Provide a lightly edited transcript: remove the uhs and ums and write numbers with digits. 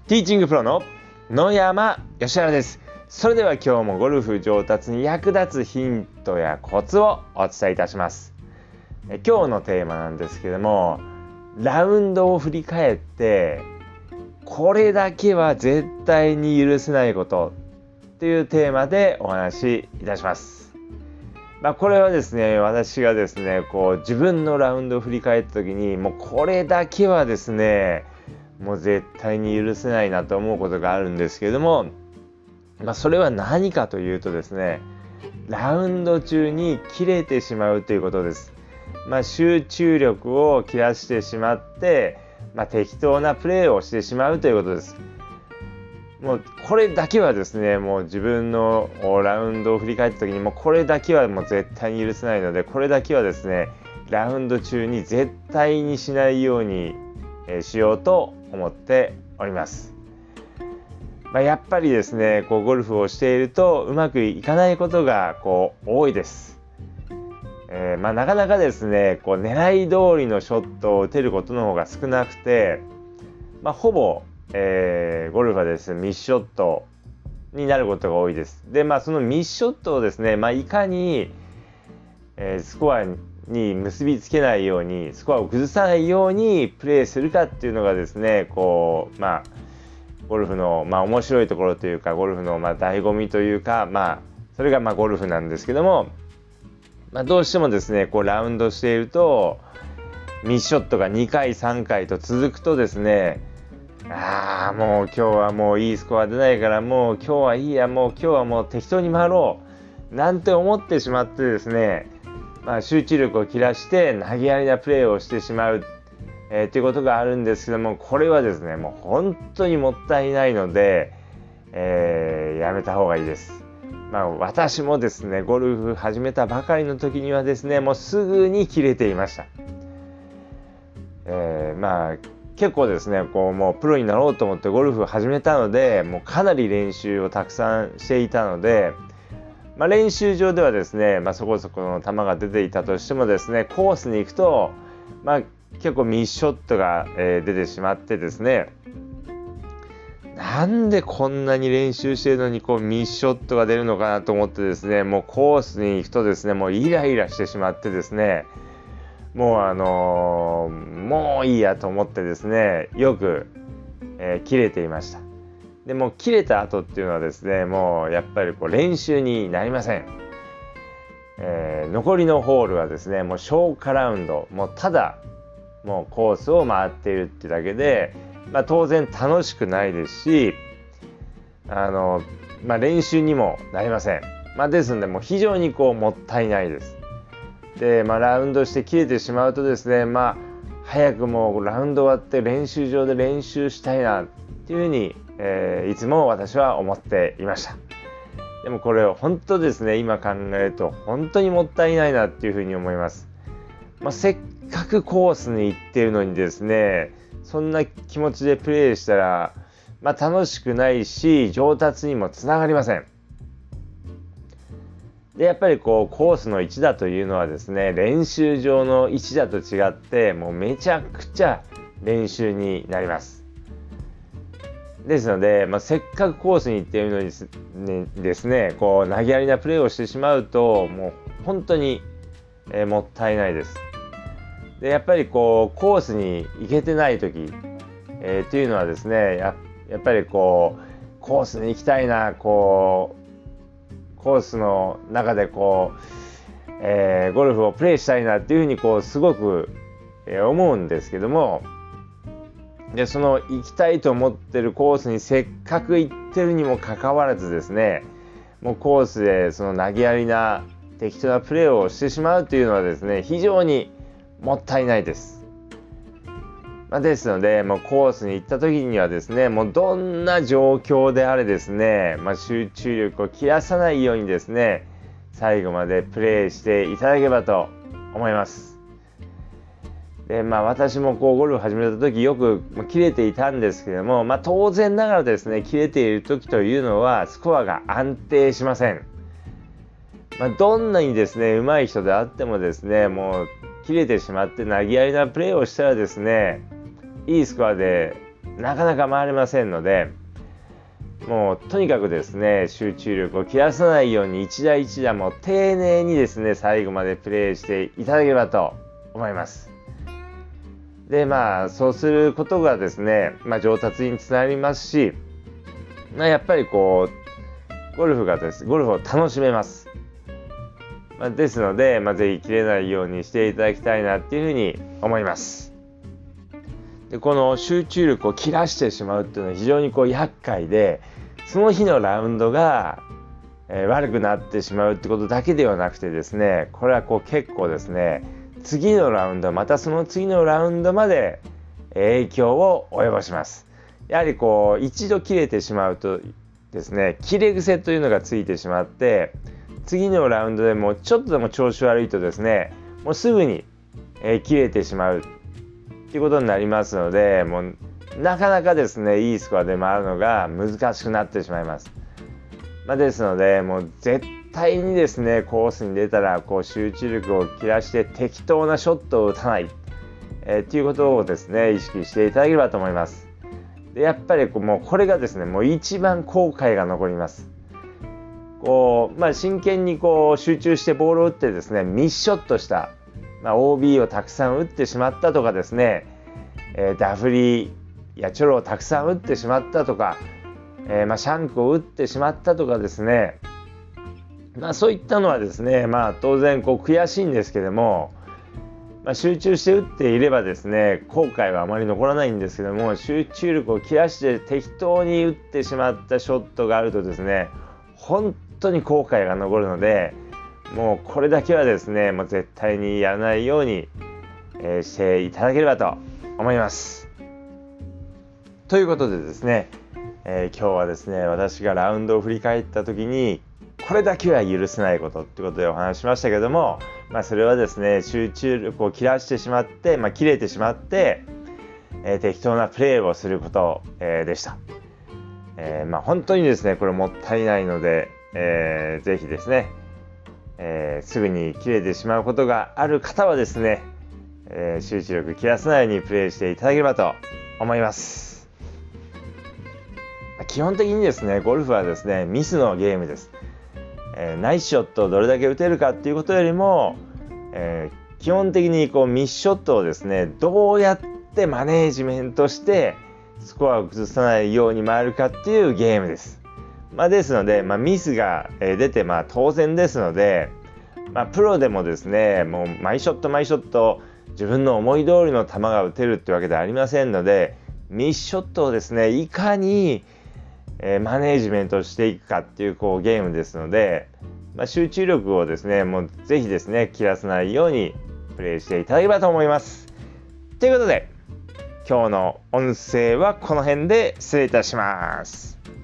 ティーチングプロの野山義原です。それでは今日もゴルフ上達に役立つヒントやコツをお伝えいたします。今日のテーマなんですけども、ラウンドを振り返ってこれだけは絶対に許せないことというテーマでお話しいたします。これはですね、私がですね自分のラウンドを振り返った時にもうこれだけはですねもう絶対に許せないなと思うことがあるんですけれども、それは何かというとですね、ラウンド中に切れてしまうということです。集中力を切らしてしまって、適当なプレーをしてしまうということです。もうこれだけはですね、もう自分のラウンドを振り返った時にもうこれだけはもう絶対に許せないので、これだけはですねラウンド中に絶対にしないようにしようと思っております。やっぱりですねゴルフをしているとうまくいかないことが多いです。なかなかですね狙い通りのショットを打てることの方が少なくて、ほぼ、ゴルフはですねミスショットになることが多いです。でそのミスショットをですね、いかに、スコアに結びつけないように、スコアを崩さないようにプレーするかっていうのがですねゴルフの面白いところというか、ゴルフの醍醐味というか、それがゴルフなんですけども、どうしてもですねラウンドしているとミスショットが2回3回と続くとですね、もう今日はもういいスコア出ないからもう今日はいいや、もう今日はもう適当に回ろうなんて思ってしまってですね、集中力を切らして投げやりなプレーをしてしまうということがあるんですけども、これはですねもう本当にもったいないので、やめた方がいいです。私もですねゴルフ始めたばかりの時にはですねもうすぐに切れていました。結構ですねもうプロになろうと思ってゴルフを始めたので、もうかなり練習をたくさんしていたので、練習場ではですね、そこそこの球が出ていたとしてもですね、コースに行くと、結構ミスショットが、出てしまってですね、なんでこんなに練習しているのにミスショットが出るのかなと思ってですね、もうコースに行くとですねもうイライラしてしまってですね、もういいやと思ってですねよく、切れていました。でも切れた後っていうのはですねもうやっぱり練習になりません。残りのホールはですねもう消化ラウンド、もうただもうコースを回っているってだけで、当然楽しくないですし、練習にもなりません。ですのでもう非常にもったいないです。で、ラウンドして切れてしまうとですね、早くもうラウンド終わって練習場で練習したいなっていうふうに、いつも私は思っていました。でもこれを本当ですね今考えると本当にもったいないなっていうふうに思います。せっかくコースに行っているのにですね、そんな気持ちでプレーしたら、楽しくないし上達にもつながりません。でやっぱりコースの1打というのはですね練習場の1打と違ってもうめちゃくちゃ練習になります。ですので、せっかくコースに行っているのにですね投げやりなプレーをしてしまうともう本当に、もったいないです。でやっぱりコースに行けてない時、というのはですねやっぱりコースに行きたいな、コースの中でゴルフをプレーしたいなっていうふうにすごく、思うんですけども、でその行きたいと思ってるコースにせっかく行ってるにもかかわらずですね、もうコースでその投げやりな適当なプレーをしてしまうというのはですね非常にもったいないです。ですのでもうコースに行った時にはですねもうどんな状況であれですね、集中力を切らさないようにですね最後までプレーしていただければと思います。で私もゴルフを始めた時よく切れていたんですけども、当然ながらですね切れている時というのはスコアが安定しません。どんなにですね上手い人であってもですねもう切れてしまって投げやりなプレーをしたらですねいいスコアでなかなか回れませんので、もうとにかくですね集中力を切らさないように一打一打も丁寧にですね最後までプレーしていただければと思います。でそうすることがですね、上達につながりますし、やっぱりゴルフを楽しめます。ですので、ぜひ切れないようにしていただきたいなっていうふうに思います。でこの集中力を切らしてしまうっていうのは非常に厄介で、その日のラウンドが、悪くなってしまうってことだけではなくてですね、これは結構ですね次のラウンドまたその次のラウンドまで影響を及ぼします。やはり一度切れてしまうとですね切れ癖というのがついてしまって、次のラウンドでもちょっとでも調子悪いとですねもうすぐに、切れてしまうということになりますので、もうなかなかですねいいスコアで回るのが難しくなってしまいます。ですのでもう絶対にですねコースに出たら集中力を切らして適当なショットを打たないということをですね意識していただければと思います。でやっぱりもうこれがですねもう一番後悔が残ります。真剣に集中してボールを打ってですねミスショットした、OB をたくさん打ってしまったとかですね、ダフリやチョロをたくさん打ってしまったとか、シャンクを打ってしまったとかですね、そういったのはですね当然悔しいんですけども、集中して打っていればですね後悔はあまり残らないんですけども、集中力を切らして適当に打ってしまったショットがあるとですね本当に後悔が残るので、もうこれだけはですねもう絶対にやらないように、していただければと思います。ということでですね、今日はですね私がラウンドを振り返った時にこれだけは許せないことってことでお話ししましたけども、それはですね集中力を切らしてしまって、切れてしまって、適当なプレーをすること、でした。本当にですねこれもったいないので、ぜひですね、すぐに切れてしまうことがある方はですね、集中力切らさないようにプレーしていただければと思います。基本的にですねゴルフはですねミスのゲームです。ナイスショットをどれだけ打てるかっていうことよりも、基本的にミスショットをですねどうやってマネージメントしてスコアを崩さないように回るかっていうゲームです。ですので、ミスが出て当然ですので、プロでもですねもう毎ショット毎ショット自分の思い通りの球が打てるってわけではありませんので、ミスショットをですねいかにマネージメントしていくかっていうゲームですので、集中力をですねもうぜひですね切らさないようにプレーしていただければと思います。ということで今日の音声はこの辺で失礼いたします。